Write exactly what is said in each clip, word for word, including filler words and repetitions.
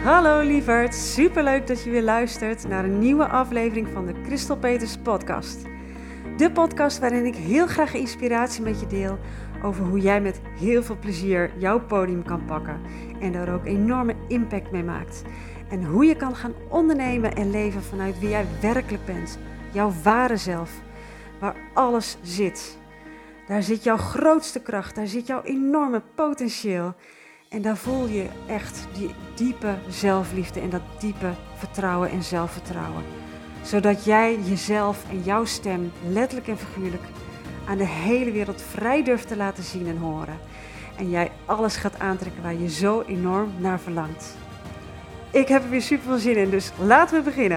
Hallo lieverd, superleuk dat je weer luistert naar een nieuwe aflevering van de Christel Peters podcast. De podcast waarin ik heel graag inspiratie met je deel over hoe jij met heel veel plezier jouw podium kan pakken en daar ook enorme impact mee maakt. En hoe je kan gaan ondernemen en leven vanuit wie jij werkelijk bent, jouw ware zelf, waar alles zit. Daar zit jouw grootste kracht, daar zit jouw enorme potentieel. En daar voel je echt die diepe zelfliefde en dat diepe vertrouwen en zelfvertrouwen. Zodat jij jezelf en jouw stem, letterlijk en figuurlijk, aan de hele wereld vrij durft te laten zien en horen. En jij alles gaat aantrekken waar je zo enorm naar verlangt. Ik heb er weer super veel zin in, dus laten we beginnen.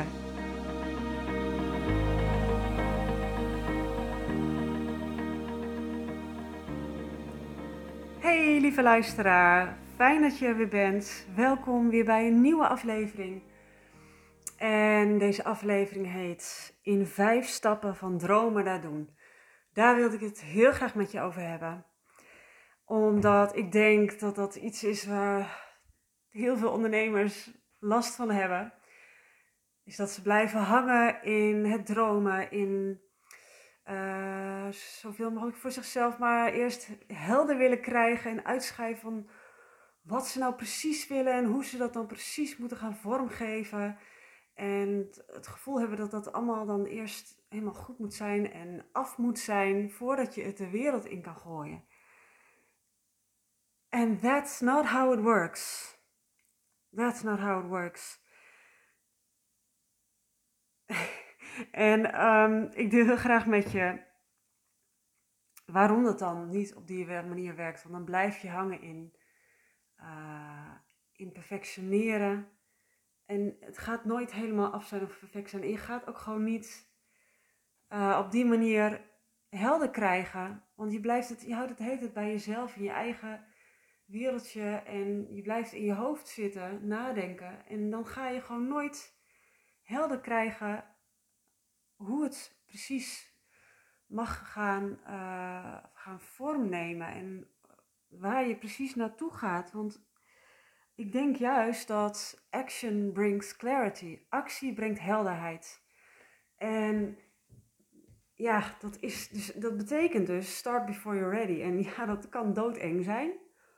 Hey lieve luisteraar, fijn dat je er weer bent. Welkom weer bij een nieuwe aflevering. En deze aflevering heet In vijf stappen van dromen naar doen. Daar wilde ik het heel graag met je over hebben. Omdat ik denk dat dat iets is waar heel veel ondernemers last van hebben. Is dat ze blijven hangen in het dromen, in uh, zoveel mogelijk voor zichzelf maar eerst helder willen krijgen en uitschrijven van wat ze nou precies willen en hoe ze dat dan precies moeten gaan vormgeven. En het gevoel hebben dat dat allemaal dan eerst helemaal goed moet zijn en af moet zijn voordat je het de wereld in kan gooien. And that's not how it works. That's not how it works. en um, ik deel heel graag met je waarom dat dan niet op die manier werkt. Want dan blijf je hangen in, uh, in perfectioneren. En het gaat nooit helemaal af zijn of perfect zijn. En je gaat ook gewoon niet uh, op die manier helder krijgen. Want je, blijft het, je houdt het hele tijd bij jezelf, in je eigen wereldje. En je blijft in je hoofd zitten, nadenken. En dan ga je gewoon nooit helder krijgen hoe het precies mag gaan, uh, gaan vormnemen. En waar je precies naartoe gaat. Want ik denk juist dat action brings clarity. Actie brengt helderheid. En ja, dat, is dus, dat betekent dus start before you're ready. En ja, dat kan doodeng zijn.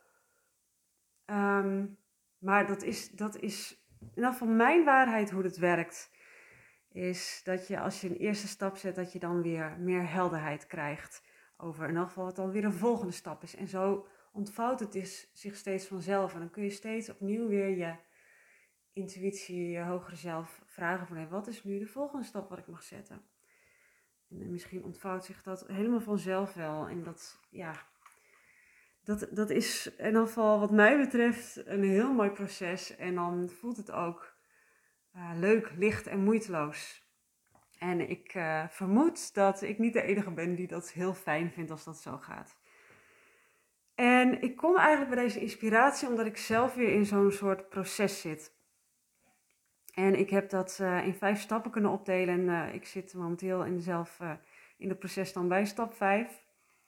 Um, maar dat is, dat is in ieder geval mijn waarheid hoe het werkt. Is dat je als je een eerste stap zet, dat je dan weer meer helderheid krijgt. Over in ieder geval wat dan weer een volgende stap is. En zo ontvouwt het is zich steeds vanzelf. En dan kun je steeds opnieuw weer je intuïtie, je hogere zelf vragen van hey, wat is nu de volgende stap wat ik mag zetten? En misschien ontvouwt zich dat helemaal vanzelf wel. En dat, ja, dat, dat is in ieder geval wat mij betreft een heel mooi proces. En dan voelt het ook uh, leuk, licht en moeiteloos. En ik uh, vermoed dat ik niet de enige ben die dat heel fijn vindt als dat zo gaat. En ik kom eigenlijk bij deze inspiratie omdat ik zelf weer in zo'n soort proces zit. En ik heb dat uh, in vijf stappen kunnen opdelen. En uh, ik zit momenteel in, zelf, uh, in het proces dan bij stap vijf.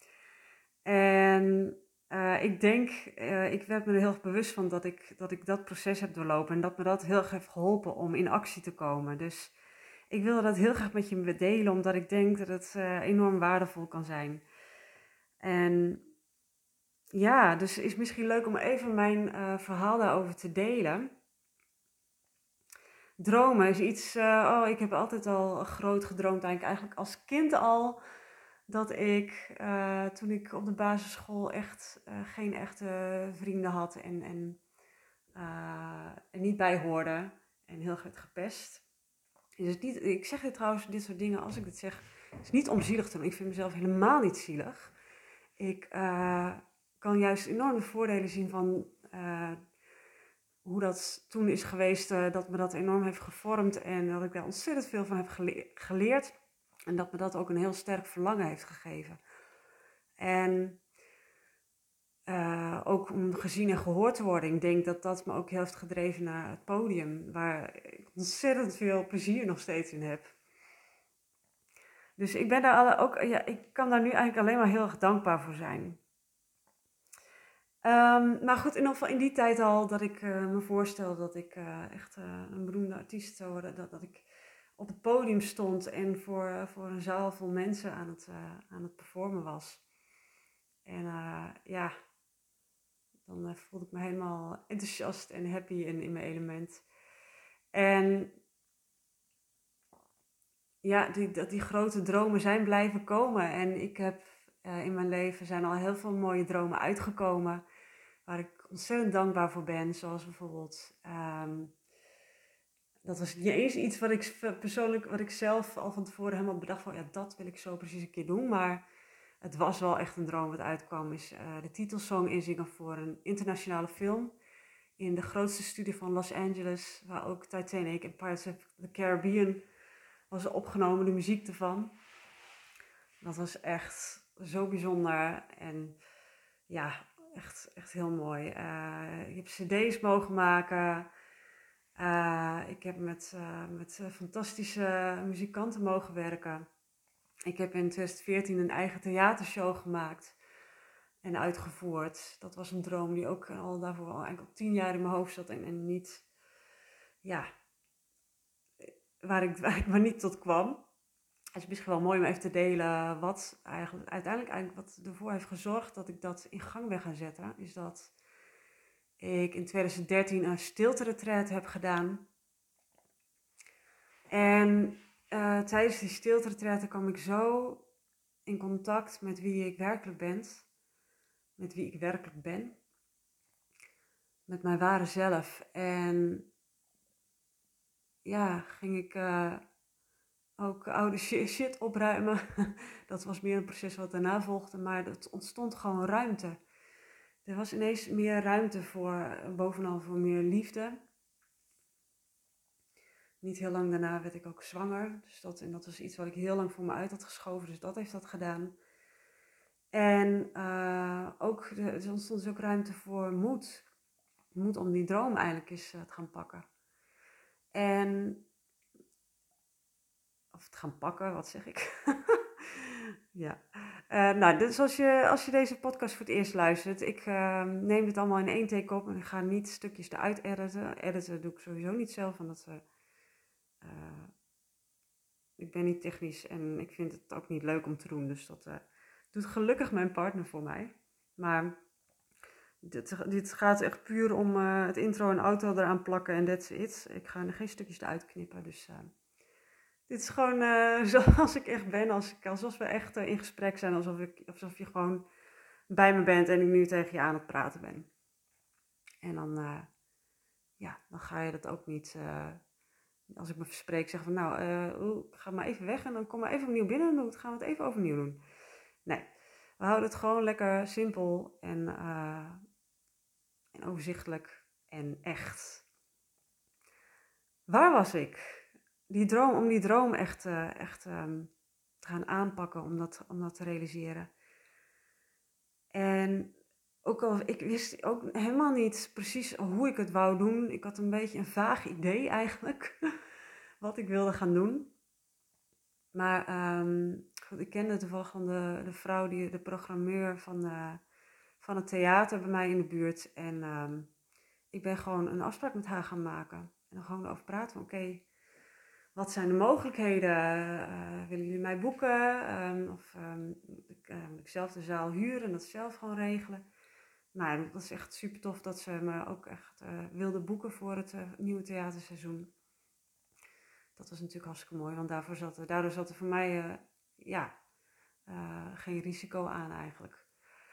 En uh, ik denk, uh, ik werd me er heel erg bewust van dat ik, dat ik dat proces heb doorlopen. En dat me dat heel erg heeft geholpen om in actie te komen. Dus ik wilde dat heel graag met je delen. Omdat ik denk dat het uh, enorm waardevol kan zijn. En ja, dus het is misschien leuk om even mijn uh, verhaal daarover te delen. Dromen is iets, uh, oh, ik heb altijd al groot gedroomd, eigenlijk, eigenlijk als kind al, dat ik uh, toen ik op de basisschool echt uh, geen echte vrienden had en, en uh, er niet bij hoorde en heel erg werd gepest. Dus niet, ik zeg dit trouwens, dit soort dingen, als ik dit zeg, het is niet om zielig te doen. Ik vind mezelf helemaal niet zielig. Ik uh, kan juist enorme voordelen zien van Uh, hoe dat toen is geweest, uh, dat me dat enorm heeft gevormd en dat ik daar ontzettend veel van heb gele- geleerd. En dat me dat ook een heel sterk verlangen heeft gegeven. En uh, ook om gezien en gehoord te worden. Ik denk dat dat me ook heel heeft gedreven naar het podium, waar ik ontzettend veel plezier nog steeds in heb. Dus ik ben daar alle, ook, ja, ik kan daar nu eigenlijk alleen maar heel erg dankbaar voor zijn. Um, maar goed, in ieder geval in die tijd al dat ik uh, me voorstelde dat ik uh, echt uh, een beroemde artiest zou worden. Dat, dat ik op het podium stond en voor, uh, voor een zaal vol mensen aan het, uh, aan het performen was. En uh, ja, dan uh, voelde ik me helemaal enthousiast en happy en in mijn element. En ja, die, dat die grote dromen zijn blijven komen. En ik heb uh, in mijn leven zijn al heel veel mooie dromen uitgekomen. Waar ik ontzettend dankbaar voor ben. Zoals bijvoorbeeld, um, dat was niet eens iets wat ik persoonlijk, wat ik zelf al van tevoren helemaal bedacht van, ja, dat wil ik zo precies een keer doen. Maar het was wel echt een droom wat uitkwam. Is uh, de titelsong inzingen voor een internationale film. In de grootste studio van Los Angeles, waar ook Titanic en Pirates of the Caribbean was opgenomen, de muziek ervan. Dat was echt zo bijzonder en ja, echt, echt heel mooi. Uh, ik heb cd's mogen maken. Uh, ik heb met, uh, met uh, fantastische muzikanten mogen werken. Ik heb in twintig veertien een eigen theatershow gemaakt en uitgevoerd. Dat was een droom die ook al daarvoor al eigenlijk al tien jaar in mijn hoofd zat en, en niet, ja, waar ik, waar ik maar niet tot kwam. Het is misschien wel mooi om even te delen wat eigenlijk, uiteindelijk eigenlijk wat ervoor heeft gezorgd dat ik dat in gang ben gaan zetten. Is dat ik in twintig dertien een stilte-retreat heb gedaan. En uh, tijdens die stilte-retreat kwam ik zo in contact met wie ik werkelijk ben. Met wie ik werkelijk ben. Met mijn ware zelf. En ja, ging ik uh, ook oude shit opruimen. Dat was meer een proces wat daarna volgde. Maar er ontstond gewoon ruimte. Er was ineens meer ruimte voor, bovenal voor meer liefde. Niet heel lang daarna werd ik ook zwanger. Dus dat, en dat was iets wat ik heel lang voor me uit had geschoven. Dus dat heeft dat gedaan. En uh, ook, er ontstond dus ook ruimte voor moed. Moed om die droom eigenlijk eens uh, te gaan pakken. En... Of te gaan pakken, wat zeg ik? Ja. Uh, nou, dus als je, als je deze podcast voor het eerst luistert, ik uh, neem het allemaal in één take op en ik ga niet stukjes eruit editen. Editen doe ik sowieso niet zelf, want dat, uh, uh, ik ben niet technisch en ik vind het ook niet leuk om te doen. Dus dat uh, doet gelukkig mijn partner voor mij. Maar dit, dit gaat echt puur om uh, het intro en outro eraan plakken en that's it. Ik ga er geen stukjes eruit knippen, dus... Uh, Dit is gewoon uh, zoals ik echt ben, als ik, alsof we echt uh, in gesprek zijn, alsof, ik, alsof je gewoon bij me bent en ik nu tegen je aan het praten ben. En dan, uh, ja, dan ga je dat ook niet, uh, als ik me verspreek, zeggen van nou, uh, ga maar even weg en dan kom maar even opnieuw binnen en dan gaan we het even overnieuw doen. Nee, we houden het gewoon lekker simpel en, uh, en overzichtelijk en echt. Waar was ik? Die droom, om die droom echt, uh, echt um, te gaan aanpakken, om dat, om dat te realiseren. En ook al, ik wist ook helemaal niet precies hoe ik het wou doen. Ik had een beetje een vaag idee eigenlijk, wat ik wilde gaan doen. Maar um, goed, ik kende toevallig van de, de vrouw, die, de programmeur van, de, van het theater bij mij in de buurt. En um, ik ben gewoon een afspraak met haar gaan maken. En dan gewoon over praten van oké, okay, wat zijn de mogelijkheden? Uh, willen jullie mij boeken? Um, of um, ik, uh, ik zelf de zaal huren en dat zelf gewoon regelen? Nou, dat is echt super tof dat ze me ook echt uh, wilde boeken voor het uh, nieuwe theaterseizoen. Dat was natuurlijk hartstikke mooi, want daarvoor zat er, daardoor zat er voor mij uh, ja, uh, geen risico aan eigenlijk.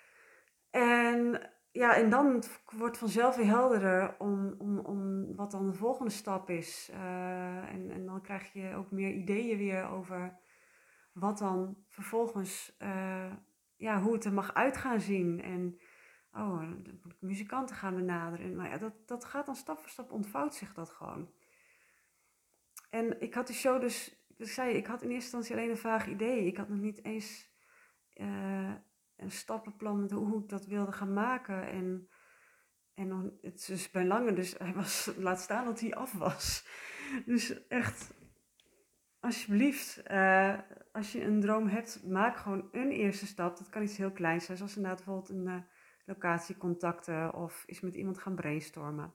En ja, en dan wordt vanzelf weer helderder om, om, om wat dan de volgende stap is. Uh, en, en dan krijg je ook meer ideeën weer over wat dan vervolgens, uh, ja, hoe het er mag uit gaan zien. En oh, dan moet ik muzikanten gaan benaderen. En, nou ja, dat, dat gaat dan stap voor stap, ontvouwt zich dat gewoon. En ik had die show dus, ik zei, ik had in eerste instantie alleen een vaag idee. Ik had nog niet eens... Uh, een stappenplan met hoe ik dat wilde gaan maken. En, en het is dus bij lange, dus hij was, laat staan dat hij af was. Dus echt, alsjeblieft, uh, als je een droom hebt, maak gewoon een eerste stap. Dat kan iets heel kleins zijn, zoals inderdaad bijvoorbeeld een uh, locatiecontacten of is met iemand gaan brainstormen.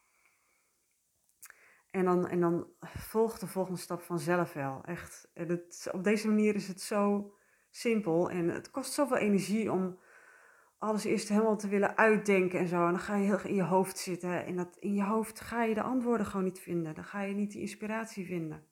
En dan, en dan volgt de volgende stap vanzelf wel. Echt, het, op deze manier is het zo simpel en het kost zoveel energie om alles eerst helemaal te willen uitdenken en zo. En dan ga je heel erg in je hoofd zitten. En dat, in je hoofd ga je de antwoorden gewoon niet vinden. Dan ga je niet die inspiratie vinden.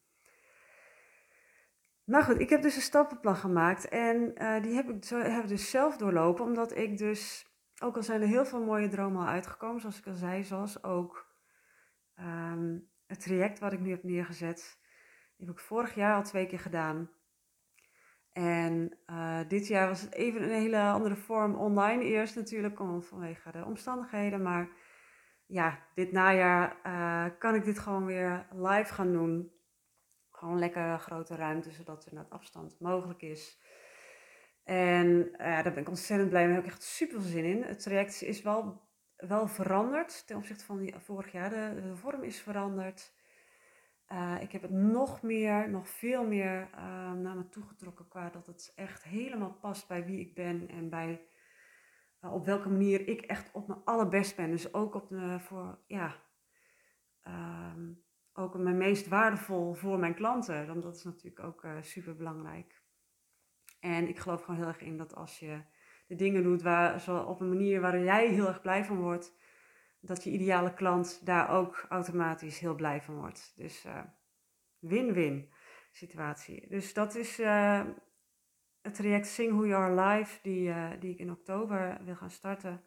Nou goed, ik heb dus een stappenplan gemaakt. En uh, die heb ik, zo, heb ik dus zelf doorlopen. Omdat ik dus, ook al zijn er heel veel mooie dromen al uitgekomen. Zoals ik al zei, zoals ook um, het traject wat ik nu heb neergezet. Die heb ik vorig jaar al twee keer gedaan. En uh, dit jaar was het even een hele andere vorm online eerst natuurlijk, om, vanwege de omstandigheden. Maar ja, dit najaar uh, kan ik dit gewoon weer live gaan doen. Gewoon lekker grote ruimte, zodat er net afstand mogelijk is. En uh, daar ben ik ontzettend blij mee. Daar heb ik echt super veel zin in. Het traject is wel, wel veranderd ten opzichte van die, vorig jaar. De, de vorm is veranderd. Uh, ik heb het nog meer, nog veel meer uh, naar me toe getrokken qua dat het echt helemaal past bij wie ik ben en bij uh, op welke manier ik echt op mijn allerbest ben. Dus ook op de, voor, ja, um, ook mijn meest waardevol voor mijn klanten. Want dat is natuurlijk ook uh, super belangrijk. En ik geloof gewoon heel erg in dat als je de dingen doet waar, zo op een manier waar jij heel erg blij van wordt, dat je ideale klant daar ook automatisch heel blij van wordt. Dus uh, win-win situatie. Dus dat is uh, het traject Sing Who You Are Live, die, uh, die ik in oktober wil gaan starten.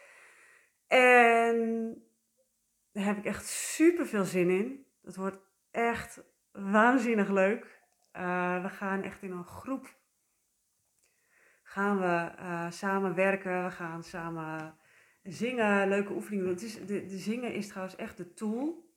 En daar heb ik echt super veel zin in. Dat wordt echt waanzinnig leuk. Uh, we gaan echt in een groep gaan we uh, samen werken. We gaan samen zingen, leuke oefeningen doen. Het is, de, de zingen is trouwens echt de tool.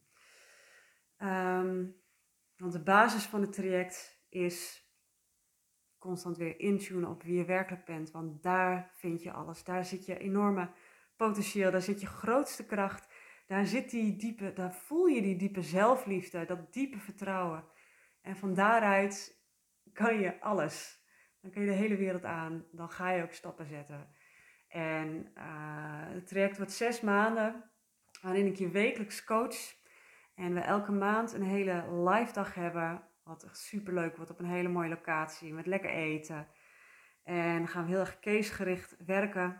Um, want de basis van het traject is constant weer intunen op wie je werkelijk bent. Want daar vind je alles. Daar zit je enorme potentieel. Daar zit je grootste kracht. Daar zit die diepe, daar voel je die diepe zelfliefde. Dat diepe vertrouwen. En van daaruit kan je alles. Dan kun je de hele wereld aan. Dan ga je ook stappen zetten. En uh, het traject wordt zes maanden. Waarin ik je wekelijks coach. En we elke maand een hele live dag hebben. Wat echt super leuk wordt op een hele mooie locatie. Met lekker eten. En dan gaan we heel erg casegericht werken.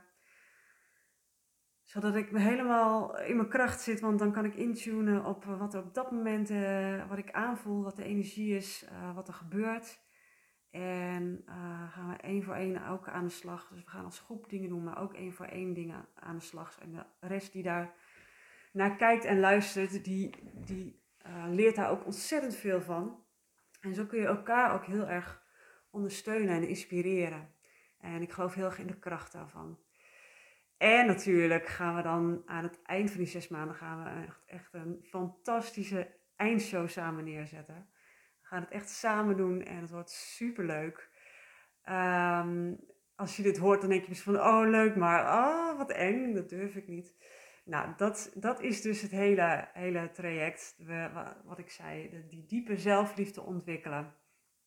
Zodat ik me helemaal in mijn kracht zit. Want dan kan ik intunen op wat er op dat moment, uh, wat ik aanvoel. Wat de energie is. Uh, wat er gebeurt. En uh, gaan we één voor één ook aan de slag. Dus we gaan als groep dingen doen. Maar ook één voor één dingen aan de slag. En de rest die daar naar kijkt en luistert. Die, die uh, leert daar ook ontzettend veel van. En zo kun je elkaar ook heel erg ondersteunen en inspireren. En ik geloof heel erg in de kracht daarvan. En natuurlijk gaan we dan aan het eind van die zes maanden gaan we echt, echt een fantastische eindshow samen neerzetten. We gaan het echt samen doen en het wordt superleuk. Um, als je dit hoort dan denk je misschien van oh leuk, maar oh, wat eng, dat durf ik niet. Nou, dat, dat is dus het hele, hele traject. We, wat ik zei, de, die diepe zelfliefde ontwikkelen.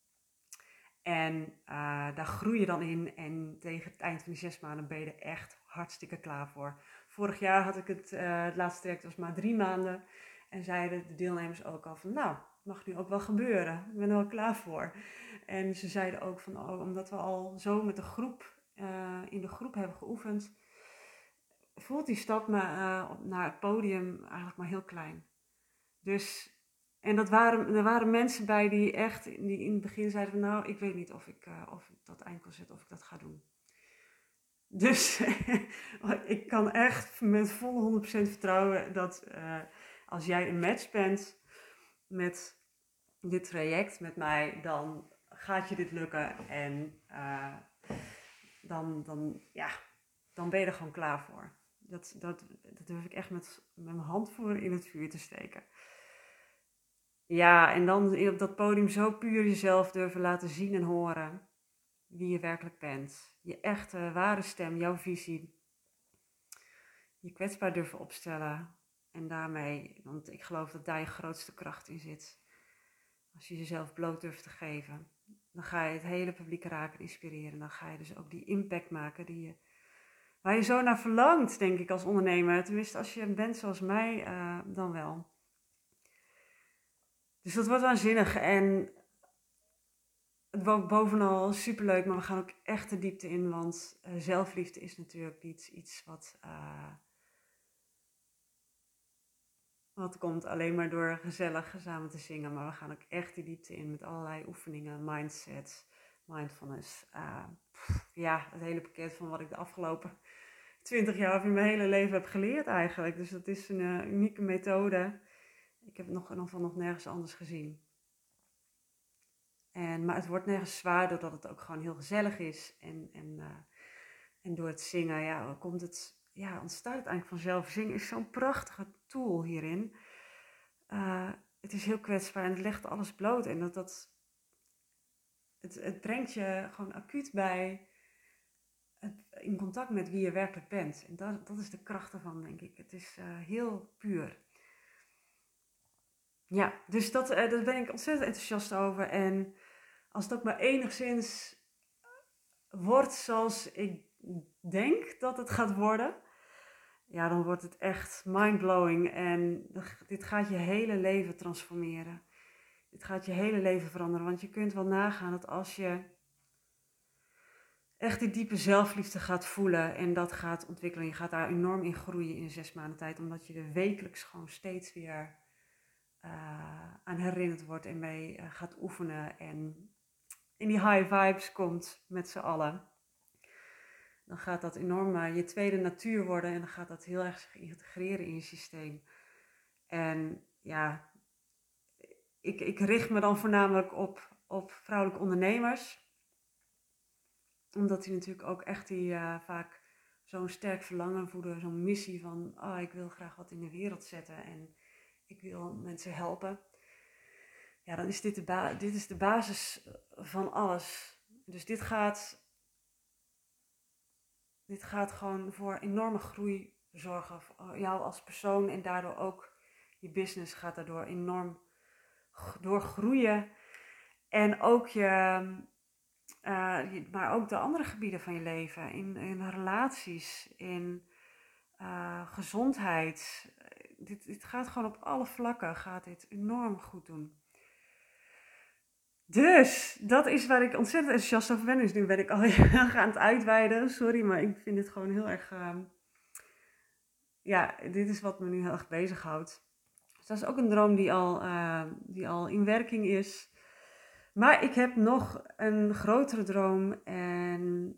En uh, daar groei je dan in. En tegen het eind van die zes maanden ben je er echt hartstikke klaar voor. Vorig jaar had ik het, uh, het laatste traject was maar drie maanden. En zeiden de deelnemers ook al van nou, het mag nu ook wel gebeuren. Ik ben er wel klaar voor. En ze zeiden ook van oh, omdat we al zo met de groep, uh, in de groep hebben geoefend, voelt die stap maar, uh, naar het podium eigenlijk maar heel klein. Dus, en dat waren, er waren mensen bij die echt die in het begin zeiden van nou, ik weet niet of ik, uh, of ik dat eindconcert, of ik dat ga doen. Dus ik kan echt met volle honderd procent vertrouwen dat uh, als jij een match bent met dit traject met mij, dan gaat je dit lukken en uh, dan, dan, ja, dan ben je er gewoon klaar voor. Dat, dat, dat durf ik echt met, met mijn hand voor in het vuur te steken. Ja, en dan op dat podium zo puur jezelf durven laten zien en horen wie je werkelijk bent. Je echte, ware stem, jouw visie. Je kwetsbaar durven opstellen. En daarmee, want ik geloof dat daar je grootste kracht in zit. Als je jezelf bloot durft te geven, dan ga je het hele publiek raken en inspireren. Dan ga je dus ook die impact maken die je, waar je zo naar verlangt, denk ik, als ondernemer. Tenminste, als je bent zoals mij, uh, dan wel. Dus dat wordt waanzinnig en het wordt bovenal superleuk, maar we gaan ook echt de diepte in, want uh, zelfliefde is natuurlijk niet iets wat, uh, wat komt alleen maar door gezellig samen te zingen, maar we gaan ook echt de diepte in met allerlei oefeningen, mindsets, mindfulness. Uh, pff, ja, het hele pakket van wat ik de afgelopen twintig jaar of in mijn hele leven heb geleerd eigenlijk. Dus dat is een uh, unieke methode. Ik heb het nog, nog, nog nergens anders gezien. En, maar het wordt nergens zwaar doordat het ook gewoon heel gezellig is. En, en, uh, en door het zingen ja, komt het, ja, ontstaat het eigenlijk vanzelf. Zingen is zo'n prachtige tool hierin. Uh, het is heel kwetsbaar en het legt alles bloot. En dat, dat, het, het brengt je gewoon acuut bij het, in contact met wie je werkelijk bent. En dat, dat is de kracht ervan, denk ik. Het is uh, heel puur. Ja, dus dat, uh, daar ben ik ontzettend enthousiast over. En als het ook maar enigszins wordt zoals ik denk dat het gaat worden, ja, dan wordt het echt mindblowing. En dit gaat je hele leven transformeren. Dit gaat je hele leven veranderen. Want je kunt wel nagaan dat als je echt die diepe zelfliefde gaat voelen en dat gaat ontwikkelen, je gaat daar enorm in groeien in zes maanden tijd, omdat je er wekelijks gewoon steeds weer uh, aan herinnerd wordt en mee uh, gaat oefenen en in die high vibes komt met z'n allen. Dan gaat dat enorm uh, je tweede natuur worden en dan gaat dat heel erg zich integreren in je systeem. En ja, ik, ik richt me dan voornamelijk op, op vrouwelijke ondernemers. Omdat die natuurlijk ook echt die uh, vaak zo'n sterk verlangen voelen, zo'n missie van, oh, ik wil graag wat in de wereld zetten en ik wil mensen helpen. Ja, dan is dit de, ba- dit is de basis van alles. Dus dit gaat, dit gaat gewoon voor enorme groei zorgen voor jou als persoon en daardoor ook je business gaat daardoor enorm doorgroeien. En ook je, uh, maar ook de andere gebieden van je leven, in, in relaties, in uh, gezondheid. Dit, dit gaat gewoon op alle vlakken, gaat dit enorm goed doen. Dus, dat is waar ik ontzettend enthousiast over ben. Dus nu ben ik al aan het uitweiden. Sorry, maar ik vind dit gewoon heel erg... Uh, ja, dit is wat me nu heel erg bezighoudt. Dus dat is ook een droom die al, uh, die al in werking is. Maar ik heb nog een grotere droom. En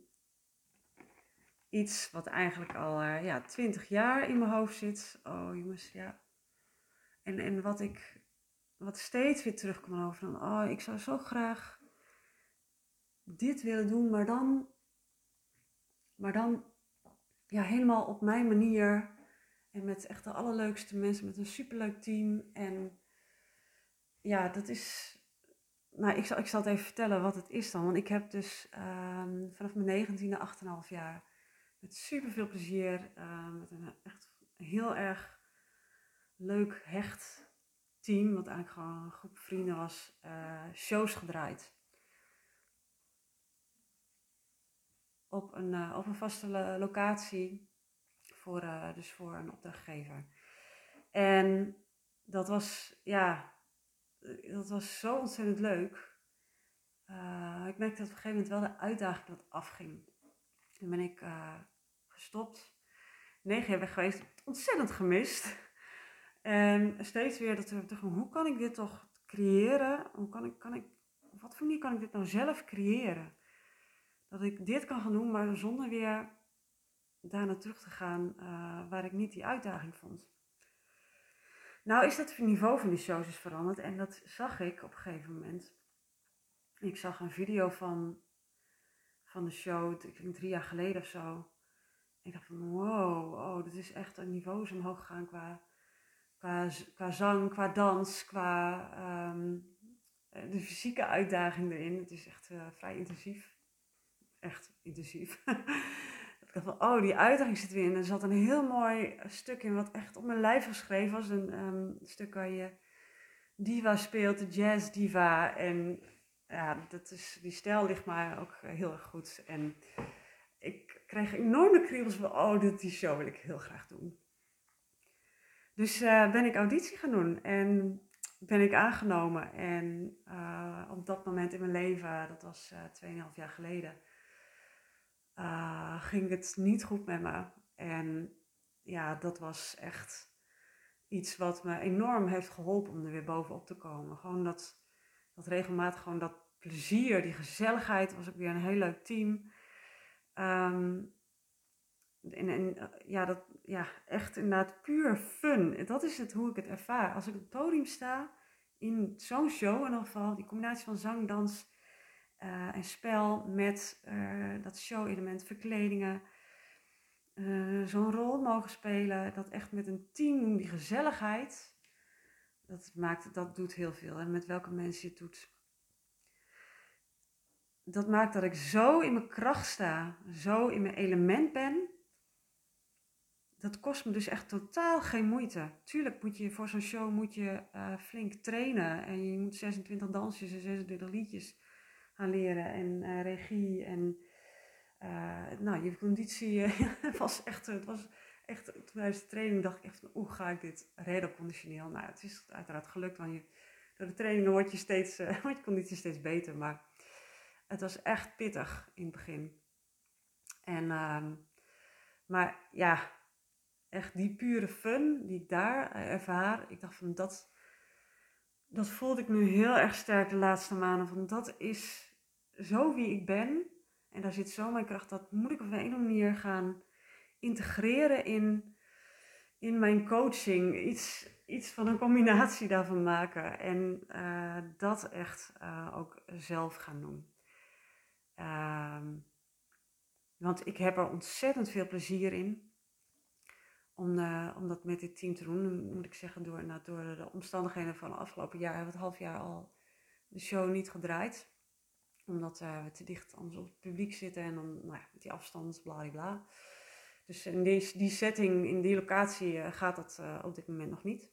iets wat eigenlijk al uh, ja, twintig jaar in mijn hoofd zit. Oh jongens, ja. En, en wat ik... Wat steeds weer terugkomt over van... Oh, ik zou zo graag... dit willen doen, maar dan, maar dan ja, helemaal op mijn manier en met echt de allerleukste mensen, met een superleuk team. En ja, dat is, nou, ik zal, ik zal het even vertellen wat het is dan. Want ik heb dus um, vanaf mijn negentiende, acht en een half jaar, met super veel plezier, uh, met een echt heel erg leuk, hecht team, wat eigenlijk gewoon een groep vrienden was, uh, shows gedraaid. Op een, uh, op een vaste locatie, voor, uh, dus voor een opdrachtgever. En dat was, ja, dat was zo ontzettend leuk. Uh, ik merkte dat op een gegeven moment wel de uitdaging dat afging. Toen ben ik uh, gestopt. Negen jaar weg geweest, ontzettend gemist. En steeds weer dat we dachten, hoe kan ik dit toch creëren? Hoe kan ik, kan ik, op wat voor manier kan ik dit nou zelf creëren? Dat ik dit kan gaan doen, maar zonder weer daarna terug te gaan uh, waar ik niet die uitdaging vond. Nou is dat niveau van die shows is veranderd en dat zag ik op een gegeven moment. Ik zag een video van, van de show, ik denk drie jaar geleden of zo. Ik dacht van wow, oh, dit is echt een niveau is omhoog gegaan qua, qua, qua zang, qua dans, qua um, de fysieke uitdaging erin. Het is echt uh, vrij intensief. Echt intensief. Ik dacht van, oh, die uitdaging zit weer in. Er zat een heel mooi stuk in wat echt op mijn lijf geschreven was. Een um, stuk waar je diva speelt, de jazz diva. En ja, dat is, die stijl ligt mij ook heel erg goed. En ik, kreeg enorme kriebels van, oh, dit, die show wil ik heel graag doen. Dus uh, ben ik auditie gaan doen en ben ik aangenomen. En uh, op dat moment in mijn leven, dat was uh, tweeënhalf jaar geleden, uh, ging het niet goed met me. En ja, dat was echt iets wat me enorm heeft geholpen om er weer bovenop te komen. Gewoon dat, dat regelmatig, gewoon dat plezier, die gezelligheid, was ook weer een heel leuk team. Um, en, en ja, dat, ja, echt inderdaad puur fun. Dat is het hoe ik het ervaar. Als ik op het podium sta, in zo'n show in ieder geval, die combinatie van zang, dans uh, en spel met uh, dat show-element, verkledingen, uh, zo'n rol mogen spelen, dat echt met een team, die gezelligheid, dat maakt, dat doet heel veel. En met welke mensen je het doet. Dat maakt dat ik zo in mijn kracht sta, zo in mijn element ben. Dat kost me dus echt totaal geen moeite. Tuurlijk moet je voor zo'n show moet je uh, flink trainen. En je moet zesentwintig dansjes en zesentwintig liedjes gaan leren. En uh, regie en uh, nou, je conditie uh, was echt, het was echt, tijdens de training dacht ik echt, hoe ga ik dit redden conditioneel? Nou, het is uiteraard gelukt, want je, door de trainingen wordt je steeds, uh, wordt je conditie steeds beter. Maar het was echt pittig in het begin. En, uh, maar ja, echt die pure fun die ik daar ervaar. Ik dacht van dat, dat voelde ik nu heel erg sterk de laatste maanden. Van dat is zo wie ik ben. En daar zit zo mijn kracht. Dat moet ik op een of andere manier gaan integreren in, in mijn coaching. Iets, iets van een combinatie daarvan maken. En uh, dat echt uh, ook zelf gaan doen. Uh, want ik heb er ontzettend veel plezier in. Om, uh, om dat met dit team te doen, moet ik zeggen, door, nou, door de omstandigheden van het afgelopen jaar, hebben we het half jaar al de show niet gedraaid. Omdat uh, we te dicht anders op het publiek zitten en dan, nou ja, met die afstand, bladibla. Dus in die, die setting, in die locatie uh, gaat dat uh, op dit moment nog niet.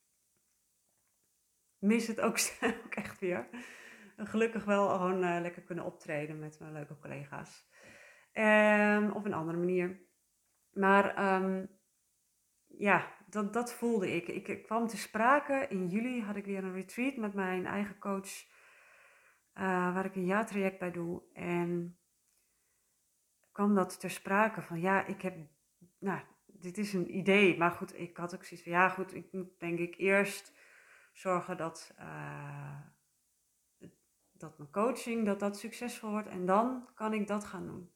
Mis het ook, ook echt weer. Gelukkig wel gewoon uh, lekker kunnen optreden met mijn leuke collega's. Um, op een andere manier. Maar um, ja, dat, dat voelde ik. ik. Ik kwam te sprake. In juli had ik weer een retreat met mijn eigen coach. Uh, waar ik een jaartraject bij doe. En kwam dat ter sprake van ja, ik heb... Nou, dit is een idee. Maar goed, ik had ook zoiets van ja goed, ik moet denk ik eerst zorgen dat... Uh, dat mijn coaching, dat dat succesvol wordt. En dan kan ik dat gaan doen.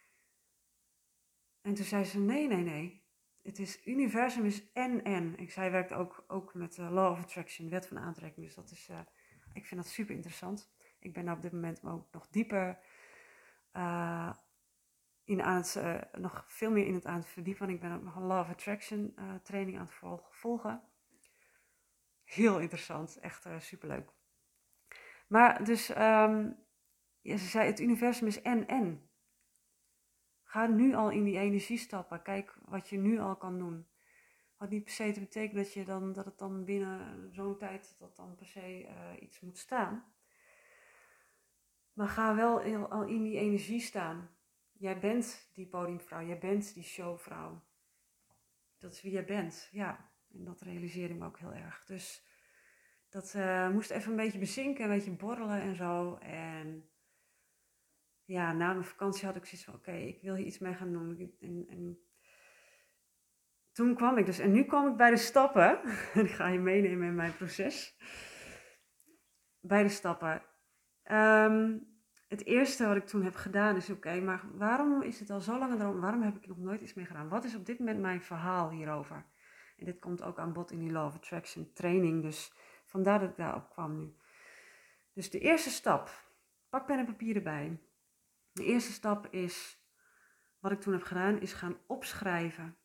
En toen zei ze nee, nee, nee. Het is, universum is en-en. Ik, zij werkt ook, ook met uh, Law of Attraction, wet van aantrekking. Dus dat is, uh, ik vind dat super interessant. Ik ben daar op dit moment ook nog dieper uh, in aan het, uh, nog veel meer in het aan het verdiepen. Want ik ben ook nog een Law of Attraction uh, training aan het volgen. Heel interessant, echt uh, superleuk. Maar dus, um, ja, ze zei het universum is en-en. Ga nu al in die energie stappen. Kijk wat je nu al kan doen. Wat niet per se te betekenen dat, je dan, dat het dan binnen zo'n tijd dat, dat dan per se uh, iets moet staan. Maar ga wel al in die energie staan. Jij bent die podiumvrouw. Jij bent die showvrouw. Dat is wie jij bent. Ja, en dat realiseerde ik me ook heel erg. Dus dat uh, moest even een beetje bezinken. Een beetje borrelen en zo. En... ja, na mijn vakantie had ik zoiets van, oké, okay, ik wil hier iets mee gaan doen. En, en toen kwam ik dus, en nu kwam ik bij de stappen. Die ga je meenemen in mijn proces. Bij de stappen. Um, het eerste wat ik toen heb gedaan is, oké, okay, maar waarom is het al zo lang erom? Waarom heb ik er nog nooit iets mee gedaan? Wat is op dit moment mijn verhaal hierover? En dit komt ook aan bod in die Law of Attraction training. Dus vandaar dat ik daarop kwam nu. Dus de eerste stap. Pak pen en papier erbij. De eerste stap is, wat ik toen heb gedaan, is gaan opschrijven.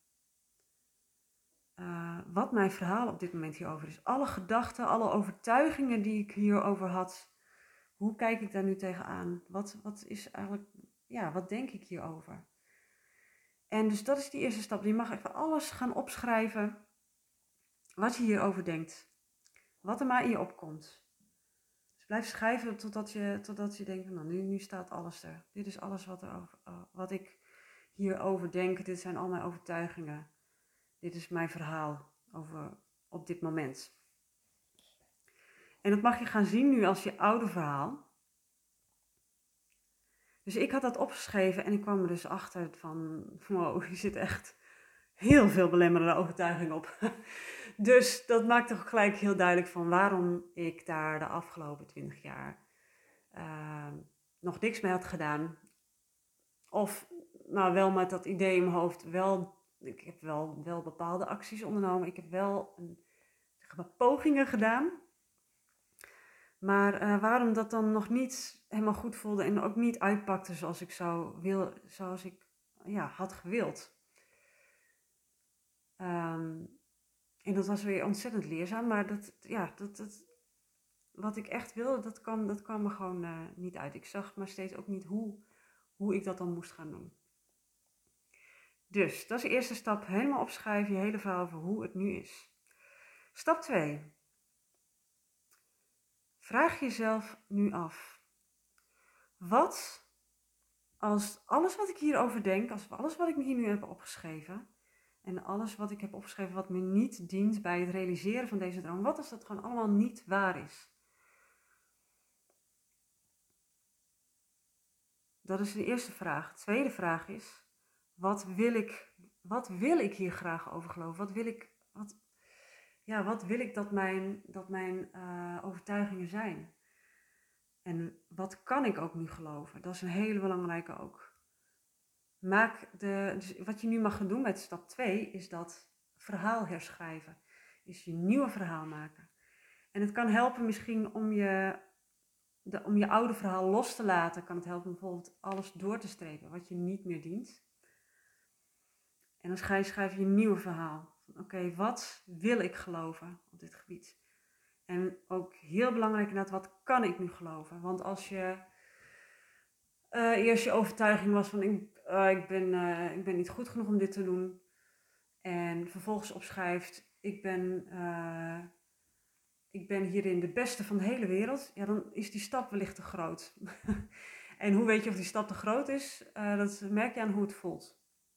Uh, wat mijn verhaal op dit moment hierover is. Alle gedachten, alle overtuigingen die ik hierover had. Hoe kijk ik daar nu tegenaan? Wat, wat is eigenlijk, ja, wat denk ik hierover? En dus dat is die eerste stap. Je mag even alles gaan opschrijven wat je hierover denkt. Wat er maar in je opkomt. Dus blijf schrijven totdat je, totdat je denkt, nou nu, nu staat alles er. Dit is alles wat, er over, uh, wat ik hierover denk. Dit zijn al mijn overtuigingen. Dit is mijn verhaal over op dit moment. En dat mag je gaan zien nu als je oude verhaal. Dus ik had dat opgeschreven en ik kwam er dus achter van, wow, hier zit echt heel veel belemmerende overtuiging op. Dus dat maakt toch gelijk heel duidelijk van waarom ik daar de afgelopen twintig jaar uh, nog niks mee had gedaan. Of nou wel met dat idee in mijn hoofd, wel, ik heb wel, wel bepaalde acties ondernomen. Ik heb wel een, zeg maar, pogingen gedaan. Maar uh, waarom dat dan nog niet helemaal goed voelde en ook niet uitpakte zoals ik zou wil, zoals ik ja, had gewild. Um, en dat was weer ontzettend leerzaam, maar dat, ja, dat, dat, wat ik echt wilde, dat kwam, dat kwam er gewoon uh, niet uit. Ik zag maar steeds ook niet hoe, hoe ik dat dan moest gaan doen. Dus, dat is de eerste stap. Helemaal opschrijven, je hele verhaal over hoe het nu is. Stap twee. Vraag jezelf nu af. Wat als alles wat ik hierover denk, als alles wat ik hier nu heb opgeschreven, en alles wat ik heb opgeschreven wat me niet dient bij het realiseren van deze droom, wat als dat gewoon allemaal niet waar is? Dat is de eerste vraag. De tweede vraag is, wat wil ik, wat wil ik hier graag over geloven? Wat wil ik, wat, ja, wat wil ik dat mijn, dat mijn uh, overtuigingen zijn? En wat kan ik ook nu geloven? Dat is een hele belangrijke ook. Maak de, dus wat je nu mag gaan doen met stap twee, is dat verhaal herschrijven. Is je nieuwe verhaal maken. En het kan helpen misschien om je, de, om je oude verhaal los te laten. Kan het helpen bijvoorbeeld alles door te strepen wat je niet meer dient. En dan schrijf, schrijf je een nieuw verhaal. Oké, okay, wat wil ik geloven op dit gebied? En ook heel belangrijk inderdaad, wat kan ik nu geloven? Want als je uh, eerst je overtuiging was van ik, uh, ik, ben, uh, ik ben niet goed genoeg om dit te doen. En vervolgens opschrijft, ik ben, uh, ik ben hierin de beste van de hele wereld. Ja, dan is die stap wellicht te groot. En hoe weet je of die stap te groot is? Uh, dat merk je aan hoe het voelt.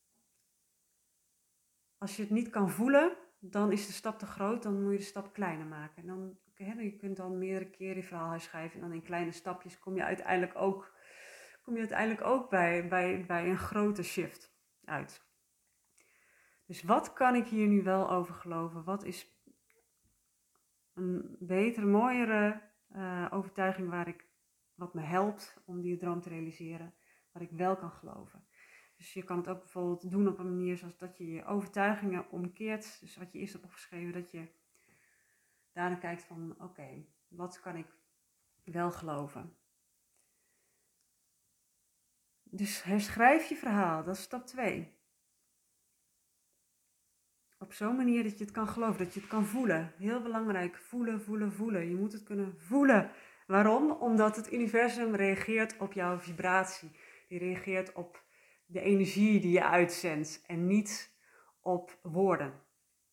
Als je het niet kan voelen, dan is de stap te groot, dan moet je de stap kleiner maken. En dan, okay, je kunt dan meerdere keren je verhaal herschrijven en dan in kleine stapjes kom je uiteindelijk ook, kom je uiteindelijk ook bij, bij, bij een grote shift uit. Dus wat kan ik hier nu wel over geloven? Wat is een betere, mooiere uh, overtuiging waar ik, wat me helpt om die droom te realiseren, waar ik wel kan geloven? Dus je kan het ook bijvoorbeeld doen op een manier zoals dat je je overtuigingen omkeert. Dus wat je eerst hebt opgeschreven, dat je daarna kijkt van oké, okay, wat kan ik wel geloven? Dus herschrijf je verhaal, dat is stap twee. Op zo'n manier dat je het kan geloven, dat je het kan voelen. Heel belangrijk, voelen, voelen, voelen. Je moet het kunnen voelen. Waarom? Omdat het universum reageert op jouw vibratie. Die reageert op de energie die je uitzendt en niet op woorden.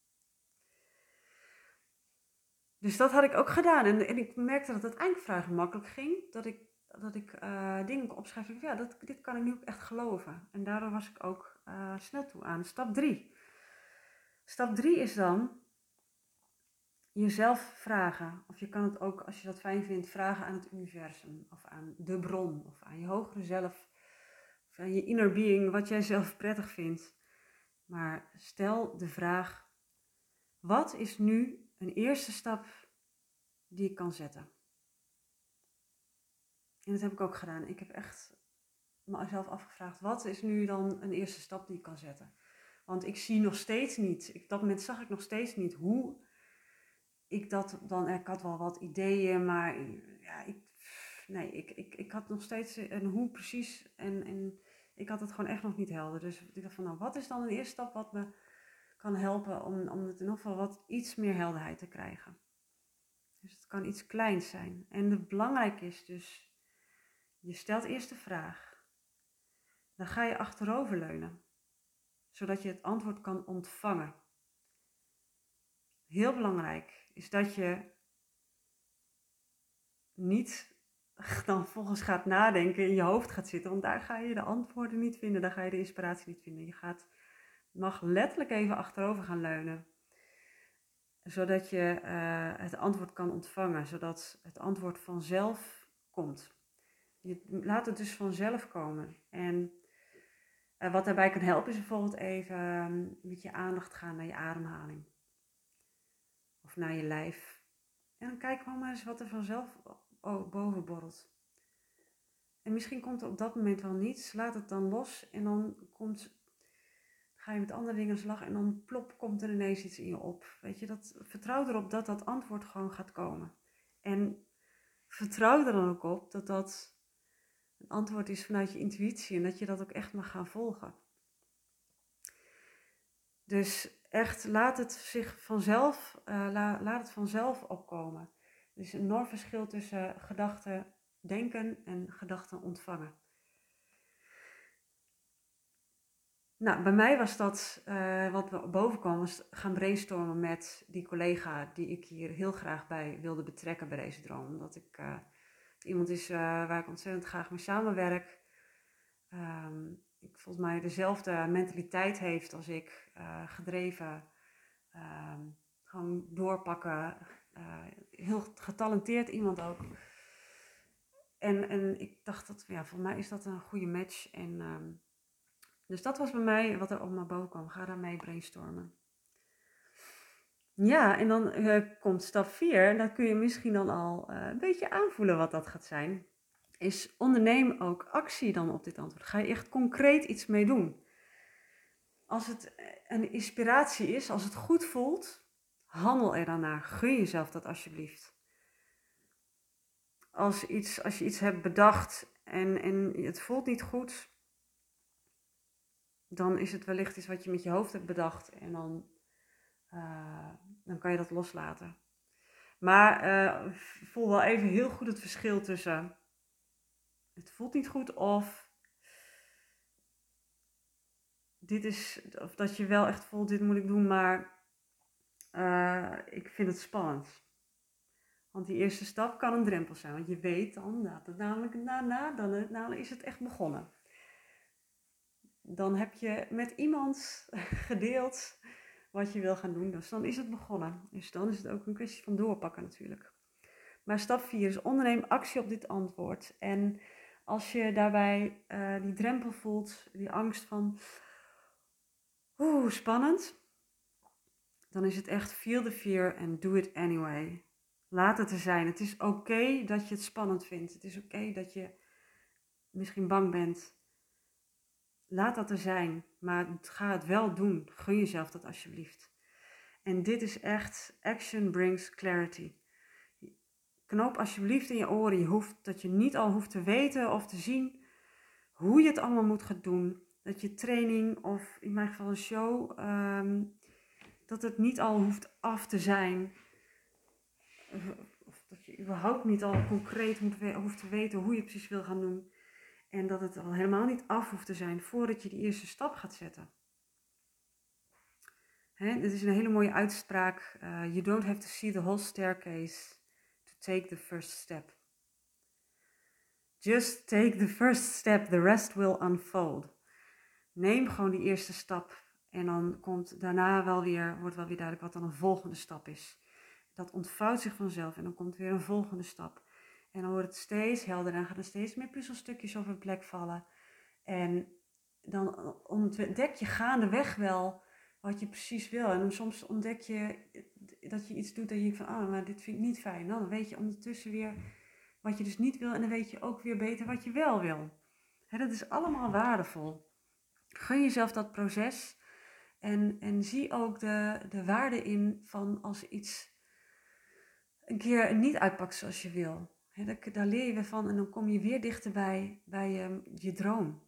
Dus dat had ik ook gedaan. En, en ik merkte dat het eindelijk vrij gemakkelijk ging. Dat ik, dat ik uh, dingen kon opschrijven. Ja, dat, dit kan ik nu ook echt geloven. En daardoor was ik ook uh, snel toe aan stap drie. Stap drie is dan jezelf vragen. Of je kan het ook, als je dat fijn vindt, vragen aan het universum. Of aan de bron. Of aan je hogere zelf. Of aan je inner being. Wat jij zelf prettig vindt. Maar stel de vraag. Wat is nu een eerste stap die ik kan zetten? En dat heb ik ook gedaan. Ik heb echt mezelf afgevraagd. Wat is nu dan een eerste stap die ik kan zetten? Want ik zie nog steeds niet. Op dat moment zag ik nog steeds niet hoe ik dat dan. Ik had wel wat ideeën, maar ja, ik, nee, ik, ik, ik had nog steeds een hoe precies. En, en ik had het gewoon echt nog niet helder. Dus ik dacht van, nou, wat is dan een eerste stap wat me kan helpen om, om het in ieder geval wat iets meer helderheid te krijgen? Dus het kan iets kleins zijn. En het belangrijk is dus, je stelt eerst de vraag. Dan ga je achteroverleunen, zodat je het antwoord kan ontvangen. Heel belangrijk is dat je niet dan volgens gaat nadenken, in je hoofd gaat zitten. Want daar ga je de antwoorden niet vinden, daar ga je de inspiratie niet vinden. Je gaat, mag letterlijk even achterover gaan leunen. Zodat je uh, het antwoord kan ontvangen, zodat het antwoord vanzelf komt. Je laat het dus vanzelf komen. En uh, wat daarbij kan helpen is bijvoorbeeld even um, met je aandacht gaan naar je ademhaling. Of naar je lijf. En dan kijk gewoon maar eens wat er vanzelf boven borrelt. En misschien komt er op dat moment wel niets. Laat het dan los en dan komt, ga je met andere dingen aan de slag en dan plop, komt er ineens iets in je op. Weet je, dat, vertrouw erop dat dat antwoord gewoon gaat komen. En vertrouw er dan ook op dat dat een antwoord is vanuit je intuïtie en dat je dat ook echt mag gaan volgen. Dus echt, laat het zich vanzelf, uh, la, laat het vanzelf opkomen. Er is een enorm verschil tussen gedachten denken en gedachten ontvangen. Nou, bij mij was dat, uh, wat we boven kwam, was gaan brainstormen met die collega die ik hier heel graag bij wilde betrekken bij deze droom. Omdat ik uh, iemand is uh, waar ik ontzettend graag mee samenwerk. Um, ik volgens mij dezelfde mentaliteit heeft als ik, uh, gedreven, uh, gewoon doorpakken, uh, heel getalenteerd iemand ook. En, en ik dacht dat, ja, voor mij is dat een goede match. En, um, dus dat was bij mij wat er op me boven kwam. Ga daarmee brainstormen. Ja, en dan uh, komt stap vier. En dat kun je misschien dan al uh, een beetje aanvoelen wat dat gaat zijn. Is onderneem ook actie dan op dit antwoord. Ga je echt concreet iets mee doen. Als het een inspiratie is, als het goed voelt, handel er dan naar. Gun jezelf dat alsjeblieft. Als, iets, als je iets hebt bedacht en, en het voelt niet goed, dan is het wellicht iets wat je met je hoofd hebt bedacht en dan, uh, dan kan je dat loslaten. Maar uh, voel wel even heel goed het verschil tussen het voelt niet goed of dit is, of dat je wel echt voelt, dit moet ik doen, maar uh, ik vind het spannend. Want die eerste stap kan een drempel zijn, want je weet dan, dat het namelijk daarna, dan, dan is het echt begonnen. Dan heb je met iemand gedeeld wat je wil gaan doen, dus dan is het begonnen. Dus dan is het ook een kwestie van doorpakken natuurlijk. Maar stap vier is onderneem actie op dit antwoord. En als je daarbij uh, die drempel voelt, die angst van oeh, spannend, dan is het echt feel the fear and do it anyway. Laat het er zijn. Het is oké okay dat je het spannend vindt. Het is oké okay dat je misschien bang bent. Laat dat er zijn, maar ga het wel doen. Gun jezelf dat alsjeblieft. En dit is echt, action brings clarity. Knoop alsjeblieft in je oren. Je hoeft, dat je niet al hoeft te weten of te zien hoe je het allemaal moet gaan doen. Dat je training of in mijn geval een show, um, dat het niet al hoeft af te zijn. Of dat je überhaupt niet al concreet moet, hoeft te weten hoe je het precies wil gaan doen. En dat het al helemaal niet af hoeft te zijn voordat je die eerste stap gaat zetten. Hè, dit is een hele mooie uitspraak. Uh, you don't have to see the whole staircase to take the first step. Just take the first step, the rest will unfold. Neem gewoon die eerste stap en dan komt daarna wel weer, wordt wel weer duidelijk wat dan een volgende stap is. Dat ontvouwt zich vanzelf en dan komt weer een volgende stap. En dan wordt het steeds helderder en gaan er steeds meer puzzelstukjes over de plek vallen. En dan ontdek je gaandeweg wel wat je precies wil. En dan soms ontdek je dat je iets doet en je denkt van, ah, maar dit vind ik niet fijn. Nou, dan weet je ondertussen weer wat je dus niet wil en dan weet je ook weer beter wat je wel wil. He, dat is allemaal waardevol. Gun jezelf dat proces en, en zie ook de, de waarde in van als iets een keer niet uitpakt zoals je wil. He, daar, daar leer je weer van en dan kom je weer dichterbij bij je, je droom.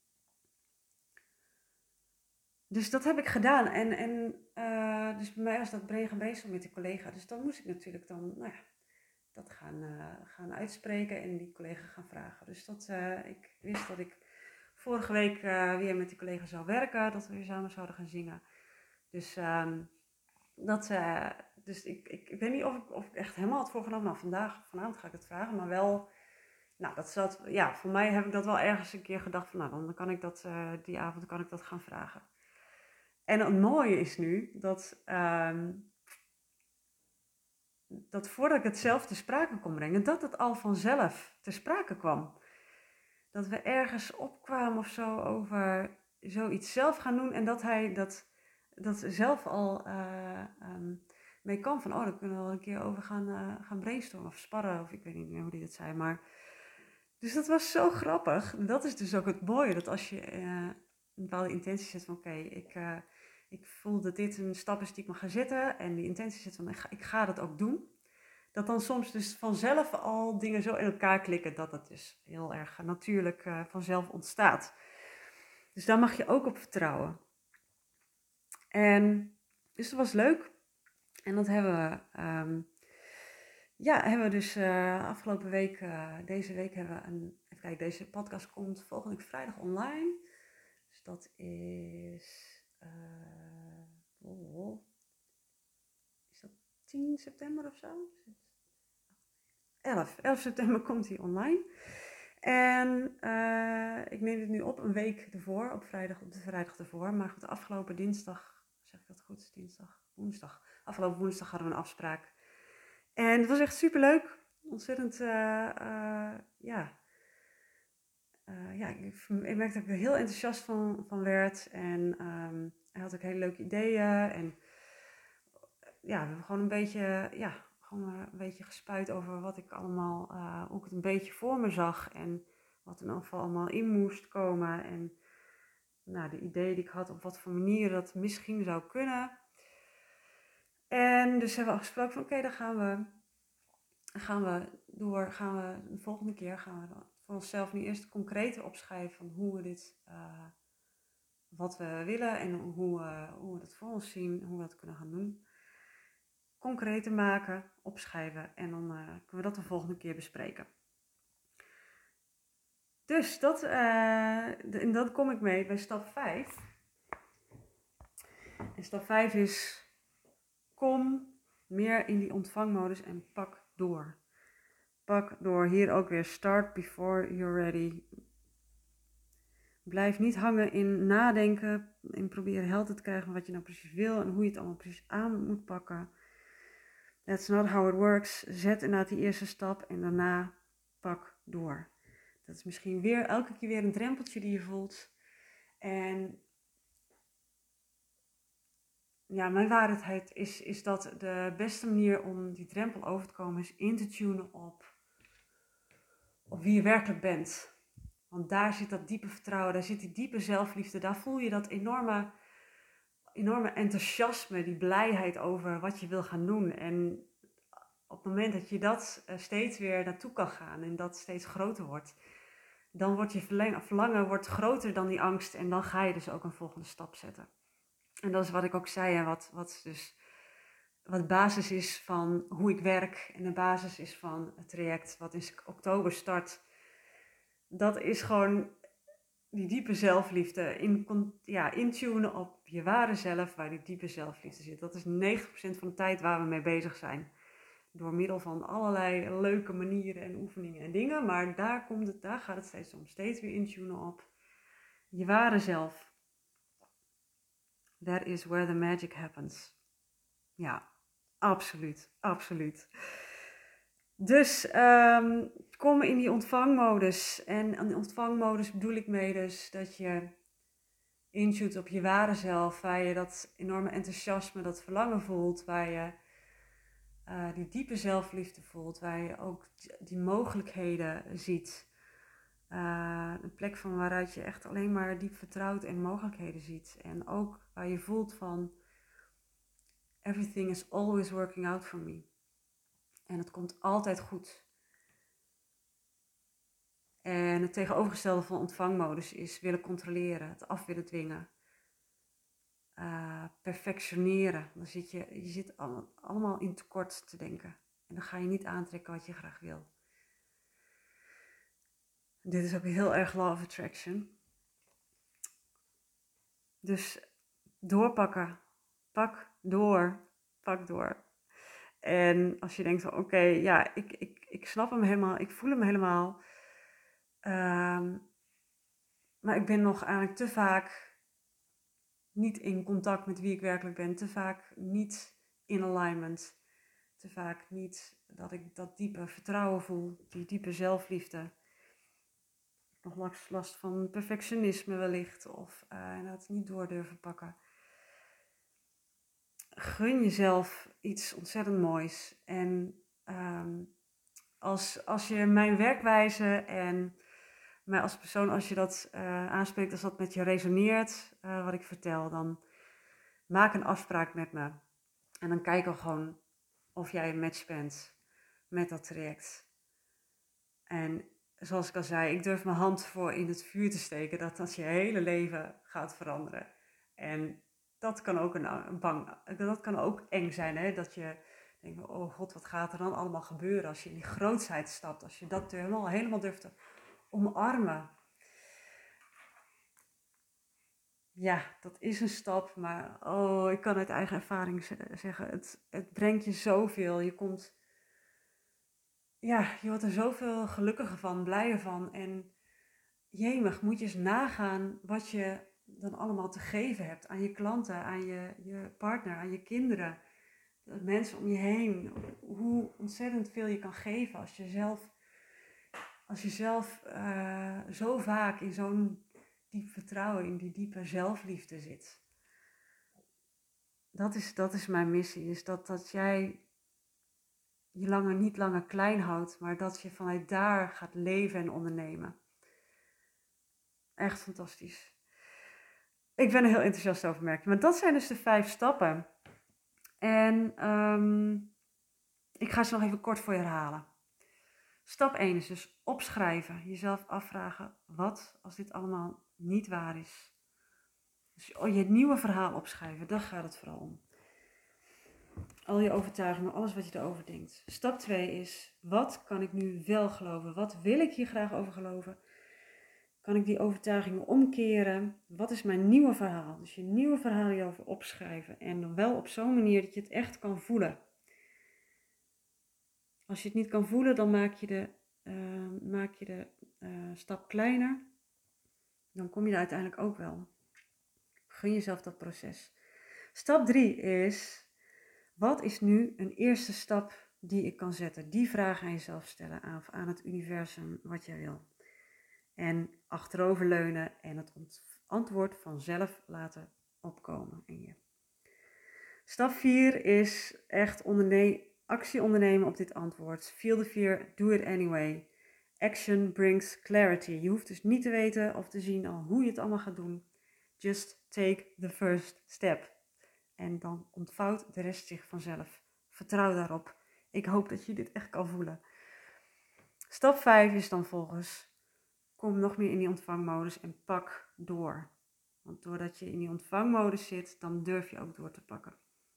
Dus dat heb ik gedaan. En, en uh, dus bij mij was dat bregen bezig met die collega. Dus dan moest ik natuurlijk dan, nou ja, dat gaan, uh, gaan uitspreken en die collega gaan vragen. Dus dat, uh, ik wist dat ik vorige week uh, weer met die collega zou werken. Dat we weer samen zouden gaan zingen. Dus, um, dat, uh, dus ik, ik, ik weet niet of ik, of ik echt helemaal had voorgenomen. Nou, vandaag, vanavond ga ik het vragen. Maar wel Nou, dat zat, ja, voor mij heb ik dat wel ergens een keer gedacht van, nou, dan kan ik dat, uh, die avond kan ik dat gaan vragen. En het mooie is nu dat, um, dat voordat ik het zelf te sprake kon brengen, dat het al vanzelf te sprake kwam. Dat we ergens opkwamen of zo over zoiets zelf gaan doen en dat hij dat, dat zelf al uh, um, mee kan van, oh, daar kunnen we wel een keer over gaan, uh, gaan brainstormen of sparren, of ik weet niet meer hoe die dat zei, maar... Dus dat was zo grappig. Dat is dus ook het mooie, dat als je uh, een bepaalde intentie zet van, oké, okay, ik, uh, ik voel dat dit een stap is die ik mag gaan zetten, en die intentie zet van, ik ga, ik ga dat ook doen. Dat dan soms dus vanzelf al dingen zo in elkaar klikken, dat het dus heel erg natuurlijk uh, vanzelf ontstaat. Dus daar mag je ook op vertrouwen. En dus dat was leuk. En dat hebben we, um, ja, hebben we dus uh, afgelopen week, uh, deze week hebben we een, even kijken, deze podcast komt volgende week vrijdag online. Dus dat is, uh, oh, is dat tien september of zo? elf, elf september komt hij online. En uh, ik neem het nu op een week ervoor, op vrijdag, op de vrijdag ervoor. Maar goed, de afgelopen dinsdag, zeg ik dat goed, dinsdag, woensdag. Afgelopen woensdag hadden we een afspraak. En het was echt superleuk. Ontzettend, uh, uh, ja. Uh, ja, ik, ik merkte dat ik er heel enthousiast van, van werd. En um, hij had ook hele leuke ideeën. En ja, we hebben gewoon een beetje, ja, gewoon een beetje gespuit over wat ik allemaal, uh, hoe ik het een beetje voor me zag. En wat er in ieder geval allemaal in moest komen. En nou, de ideeën die ik had op wat voor manier dat misschien zou kunnen. En dus hebben we afgesproken van oké, okay, dan gaan we, gaan we door, gaan we de volgende keer gaan we dan voor onszelf nu eerst concreet opschrijven van hoe we dit, uh, wat we willen en hoe, uh, hoe we dat voor ons zien, hoe we dat kunnen gaan doen. Concreet maken, opschrijven en dan uh, kunnen we dat de volgende keer bespreken. Dus dat, uh, de, en dan kom ik mee bij stap vijf. En stap vijf is, kom meer in die ontvangmodus en pak door. Pak door, hier ook weer, start before you're ready. Blijf niet hangen in nadenken, en proberen helder te krijgen van wat je nou precies wil en hoe je het allemaal precies aan moet pakken. That's not how it works. Zet inderdaad die eerste stap en daarna pak door. Dat is misschien weer elke keer weer een drempeltje die je voelt. En ja, mijn waarheid is, is dat de beste manier om die drempel over te komen is in te tunen op, op wie je werkelijk bent. Want daar zit dat diepe vertrouwen, daar zit die diepe zelfliefde, daar voel je dat enorme, enorme enthousiasme, die blijheid over wat je wil gaan doen. En op het moment dat je dat steeds weer naartoe kan gaan en dat steeds groter wordt, dan wordt je verlangen wordt groter dan die angst en dan ga je dus ook een volgende stap zetten. En dat is wat ik ook zei en wat, wat dus wat basis is van hoe ik werk en de basis is van het traject wat in oktober start. Dat is gewoon die diepe zelfliefde, in, ja, intunen op je ware zelf waar die diepe zelfliefde zit. Dat is negentig procent van de tijd waar we mee bezig zijn. Door middel van allerlei leuke manieren en oefeningen en dingen. Maar daar, komt het, daar gaat het steeds om. Steeds weer intunen op je ware zelf. That is where the magic happens. Ja, absoluut, absoluut. Dus um, kom in die ontvangmodus. En aan die ontvangmodus bedoel ik mee dus dat je intunt op je ware zelf. Waar je dat enorme enthousiasme, dat verlangen voelt. Waar je uh, die diepe zelfliefde voelt. Waar je ook die mogelijkheden ziet. Uh, een plek van waaruit je echt alleen maar diep vertrouwt en mogelijkheden ziet. En ook waar je voelt van everything is always working out for me. En het komt altijd goed. En het tegenovergestelde van ontvangmodus is willen controleren, het af willen dwingen. Uh, perfectioneren. Dan zit je, je zit allemaal in tekort te denken. En dan ga je niet aantrekken wat je graag wil. Dit is ook heel erg law of attraction. Dus doorpakken. Pak door. Pak door. En als je denkt van oké, okay, ja, ik, ik, ik snap hem helemaal. Ik voel hem helemaal. Um, maar ik ben nog eigenlijk te vaak niet in contact met wie ik werkelijk ben. Te vaak niet in alignment. Te vaak niet dat ik dat diepe vertrouwen voel. Die diepe zelfliefde. Nog last, last van perfectionisme wellicht. Of uh, dat niet door durven pakken. Gun jezelf iets ontzettend moois. En um, als, als je mijn werkwijze en mij als persoon, als je dat uh, aanspreekt, als dat met je resoneert, uh, wat ik vertel, dan maak een afspraak met me. En dan kijken we gewoon of jij een match bent met dat traject. En zoals ik al zei, ik durf mijn hand voor in het vuur te steken dat dat je hele leven gaat veranderen. En dat kan ook, een, een bang, dat kan ook eng zijn, hè? Dat je denkt, oh god, wat gaat er dan allemaal gebeuren als je in die grootsheid stapt. Als je dat helemaal, helemaal durft te omarmen. Ja, dat is een stap, maar oh, ik kan uit eigen ervaring zeggen, het, het brengt je zoveel. Je komt, ja, je wordt er zoveel gelukkiger van, blijer van. En jemig, moet je eens nagaan wat je dan allemaal te geven hebt aan je klanten, aan je, je partner, aan je kinderen, de mensen om je heen. Hoe ontzettend veel je kan geven als je zelf, als je zelf uh, zo vaak in zo'n diep vertrouwen, in die diepe zelfliefde zit. Dat is, dat is mijn missie, is dat, dat jij je langer, niet langer klein houdt, maar dat je vanuit daar gaat leven en ondernemen. Echt fantastisch. Ik ben er heel enthousiast over, merk je. Maar dat zijn dus de vijf stappen. En um, ik ga ze nog even kort voor je herhalen. Stap één is dus opschrijven. Jezelf afvragen, wat als dit allemaal niet waar is? Dus je nieuwe verhaal opschrijven, daar gaat het vooral om. Al je overtuigingen, alles wat je erover denkt. Stap twee is, wat kan ik nu wel geloven? Wat wil ik hier graag over geloven? Kan ik die overtuigingen omkeren? Wat is mijn nieuwe verhaal? Dus je nieuwe verhaal hierover opschrijven. En dan wel op zo'n manier dat je het echt kan voelen. Als je het niet kan voelen, dan maak je de, uh, maak je de uh, stap kleiner. Dan kom je er uiteindelijk ook wel. Gun jezelf dat proces. Stap drie is, wat is nu een eerste stap die ik kan zetten? Die vraag aan jezelf stellen, aan, aan het universum, wat jij wil. En achteroverleunen en het antwoord vanzelf laten opkomen in je. Stap vier is echt onderne- actie ondernemen op dit antwoord. Feel the fear, do it anyway. Action brings clarity. Je hoeft dus niet te weten of te zien al hoe je het allemaal gaat doen. Just take the first step. En dan ontvouwt de rest zich vanzelf. Vertrouw daarop. Ik hoop dat je dit echt kan voelen. Stap vijf is dan volgens, kom nog meer in die ontvangmodus en pak door. Want doordat je in die ontvangmodus zit, dan durf je ook door te pakken.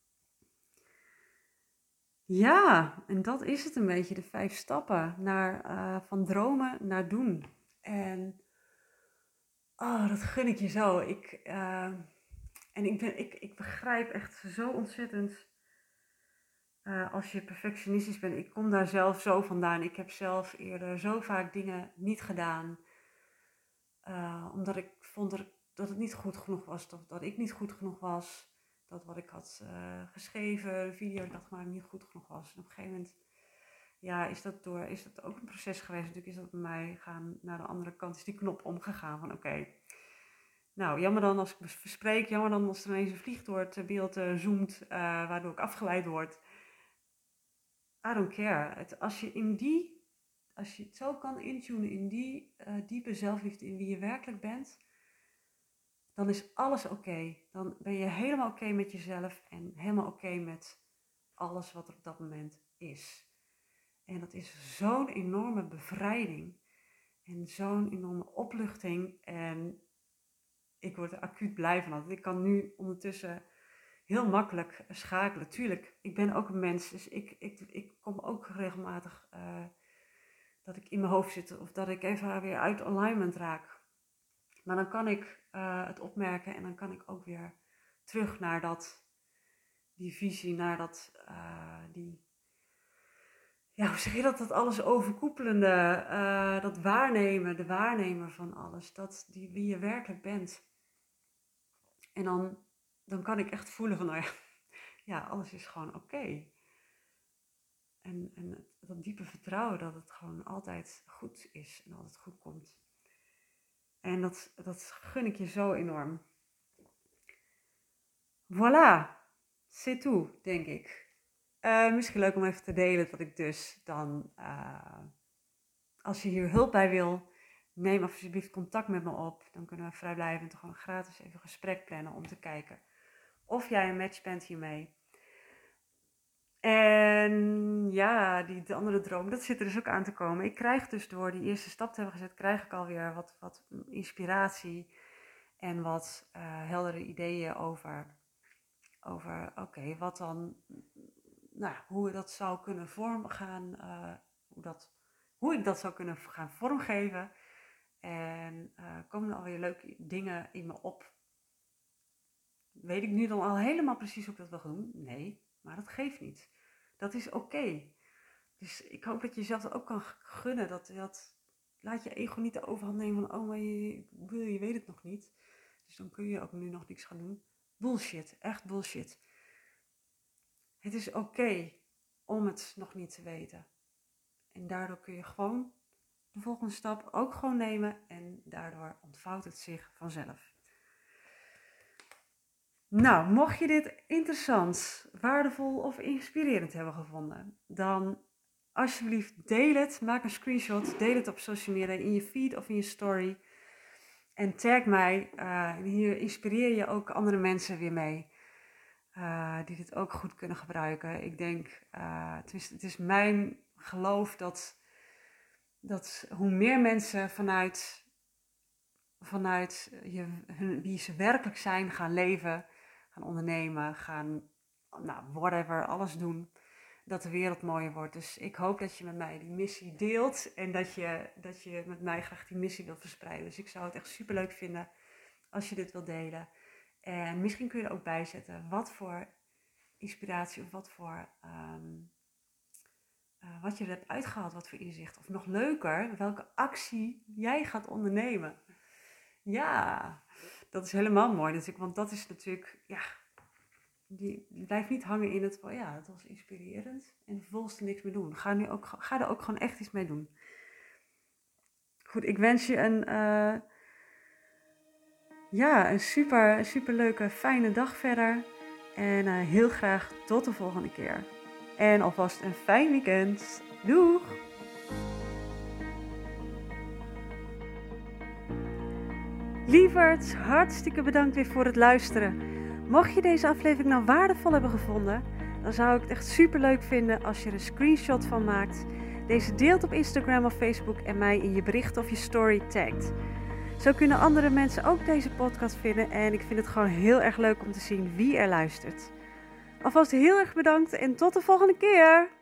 Ja, en dat is het een beetje, de vijf stappen naar, uh, van dromen naar doen. En oh, dat gun ik je zo. Ik, uh, en ik, ben, ik, ik begrijp echt zo ontzettend uh, als je perfectionistisch bent. Ik kom daar zelf zo vandaan. Ik heb zelf eerder zo vaak dingen niet gedaan. Uh, omdat ik vond dat, dat het niet goed genoeg was. Dat, dat ik niet goed genoeg was. Dat wat ik had uh, geschreven, een video dat ik had gemaakt, niet goed genoeg was. En op een gegeven moment ja, is, dat door, is dat ook een proces geweest. Natuurlijk is dat bij mij gaan naar de andere kant. Is die knop omgegaan van oké. Okay, nou, jammer dan als ik me verspreek. Jammer dan als er ineens een vlieg door het beeld uh, zoomt. Uh, waardoor ik afgeleid word. I don't care. Het, als je in die, als je het zo kan intunen in die uh, diepe zelfliefde, in wie je werkelijk bent, dan is alles oké. Okay. Dan ben je helemaal oké okay met jezelf en helemaal oké okay met alles wat er op dat moment is. En dat is zo'n enorme bevrijding en zo'n enorme opluchting. En ik word er acuut blij van. Ik kan nu ondertussen heel makkelijk schakelen. Tuurlijk, ik ben ook een mens, dus ik, ik, ik kom ook regelmatig uh, dat ik in mijn hoofd zit of dat ik even weer uit alignment raak. Maar dan kan ik uh, het opmerken en dan kan ik ook weer terug naar dat, die visie, naar dat, uh, die, ja, hoe zeg je dat, dat alles overkoepelende, uh, dat waarnemen, de waarnemer van alles, dat die, wie je werkelijk bent. En dan, dan kan ik echt voelen van, nou ja, ja alles is gewoon oké. Okay. En, en dat diepe vertrouwen dat het gewoon altijd goed is en altijd goed komt. En dat, dat gun ik je zo enorm. Voilà, c'est tout, denk ik. Uh, misschien leuk om even te delen dat ik dus dan, uh, als je hier hulp bij wil, neem alsjeblieft contact met me op. Dan kunnen we vrijblijvend gewoon gratis even een gesprek plannen om te kijken of jij een match bent hiermee. En ja, die de andere droom, dat zit er dus ook aan te komen. Ik krijg dus door die eerste stap te hebben gezet, krijg ik alweer wat, wat inspiratie en wat uh, heldere ideeën over, over oké, okay, wat dan, nou, hoe dat zou kunnen vorm gaan, uh, hoe, dat, hoe ik dat zou kunnen gaan vormgeven. En uh, komen er alweer leuke dingen in me op. Weet ik nu dan al helemaal precies hoe ik dat wil doen? Nee, maar dat geeft niet. Dat is oké. Okay. Dus ik hoop dat je jezelf dat ook kan gunnen. Dat, dat, laat je ego niet de overhand nemen van, oh, maar je, je weet het nog niet. Dus dan kun je ook nu nog niks gaan doen. Bullshit, echt bullshit. Het is oké okay om het nog niet te weten. En daardoor kun je gewoon de volgende stap ook gewoon nemen. En daardoor ontvouwt het zich vanzelf. Nou, mocht je dit interessant, waardevol of inspirerend hebben gevonden, dan alsjeblieft deel het, maak een screenshot, deel het op social media, in je feed of in je story en tag mij. Uh, hier inspireer je ook andere mensen weer mee, uh, die dit ook goed kunnen gebruiken. Ik denk, uh, het, is, het is mijn geloof dat, dat hoe meer mensen vanuit, vanuit je, hun, wie ze werkelijk zijn gaan leven, gaan ondernemen, gaan, nou, whatever, alles doen, dat de wereld mooier wordt. Dus ik hoop dat je met mij die missie deelt en dat je, dat je met mij graag die missie wilt verspreiden. Dus ik zou het echt superleuk vinden als je dit wilt delen. En misschien kun je er ook bij zetten wat voor inspiratie of wat voor, um, uh, wat je er hebt uitgehaald, wat voor inzicht. Of nog leuker, welke actie jij gaat ondernemen. Ja, dat is helemaal mooi natuurlijk, want dat is natuurlijk, ja, die, die blijft niet hangen in het van, ja, het was inspirerend en vervolgens er niks meer doen. Ga, nu ook, ga er ook gewoon echt iets mee doen. Goed, ik wens je een, uh, ja, een super, super leuke, fijne dag verder. En uh, heel graag tot de volgende keer. En alvast een fijn weekend. Doeg! Lieverds, hartstikke bedankt weer voor het luisteren. Mocht je deze aflevering nou waardevol hebben gevonden, dan zou ik het echt super leuk vinden als je er een screenshot van maakt, deze deelt op Instagram of Facebook en mij in je bericht of je story tagt. Zo kunnen andere mensen ook deze podcast vinden en ik vind het gewoon heel erg leuk om te zien wie er luistert. Alvast heel erg bedankt en tot de volgende keer!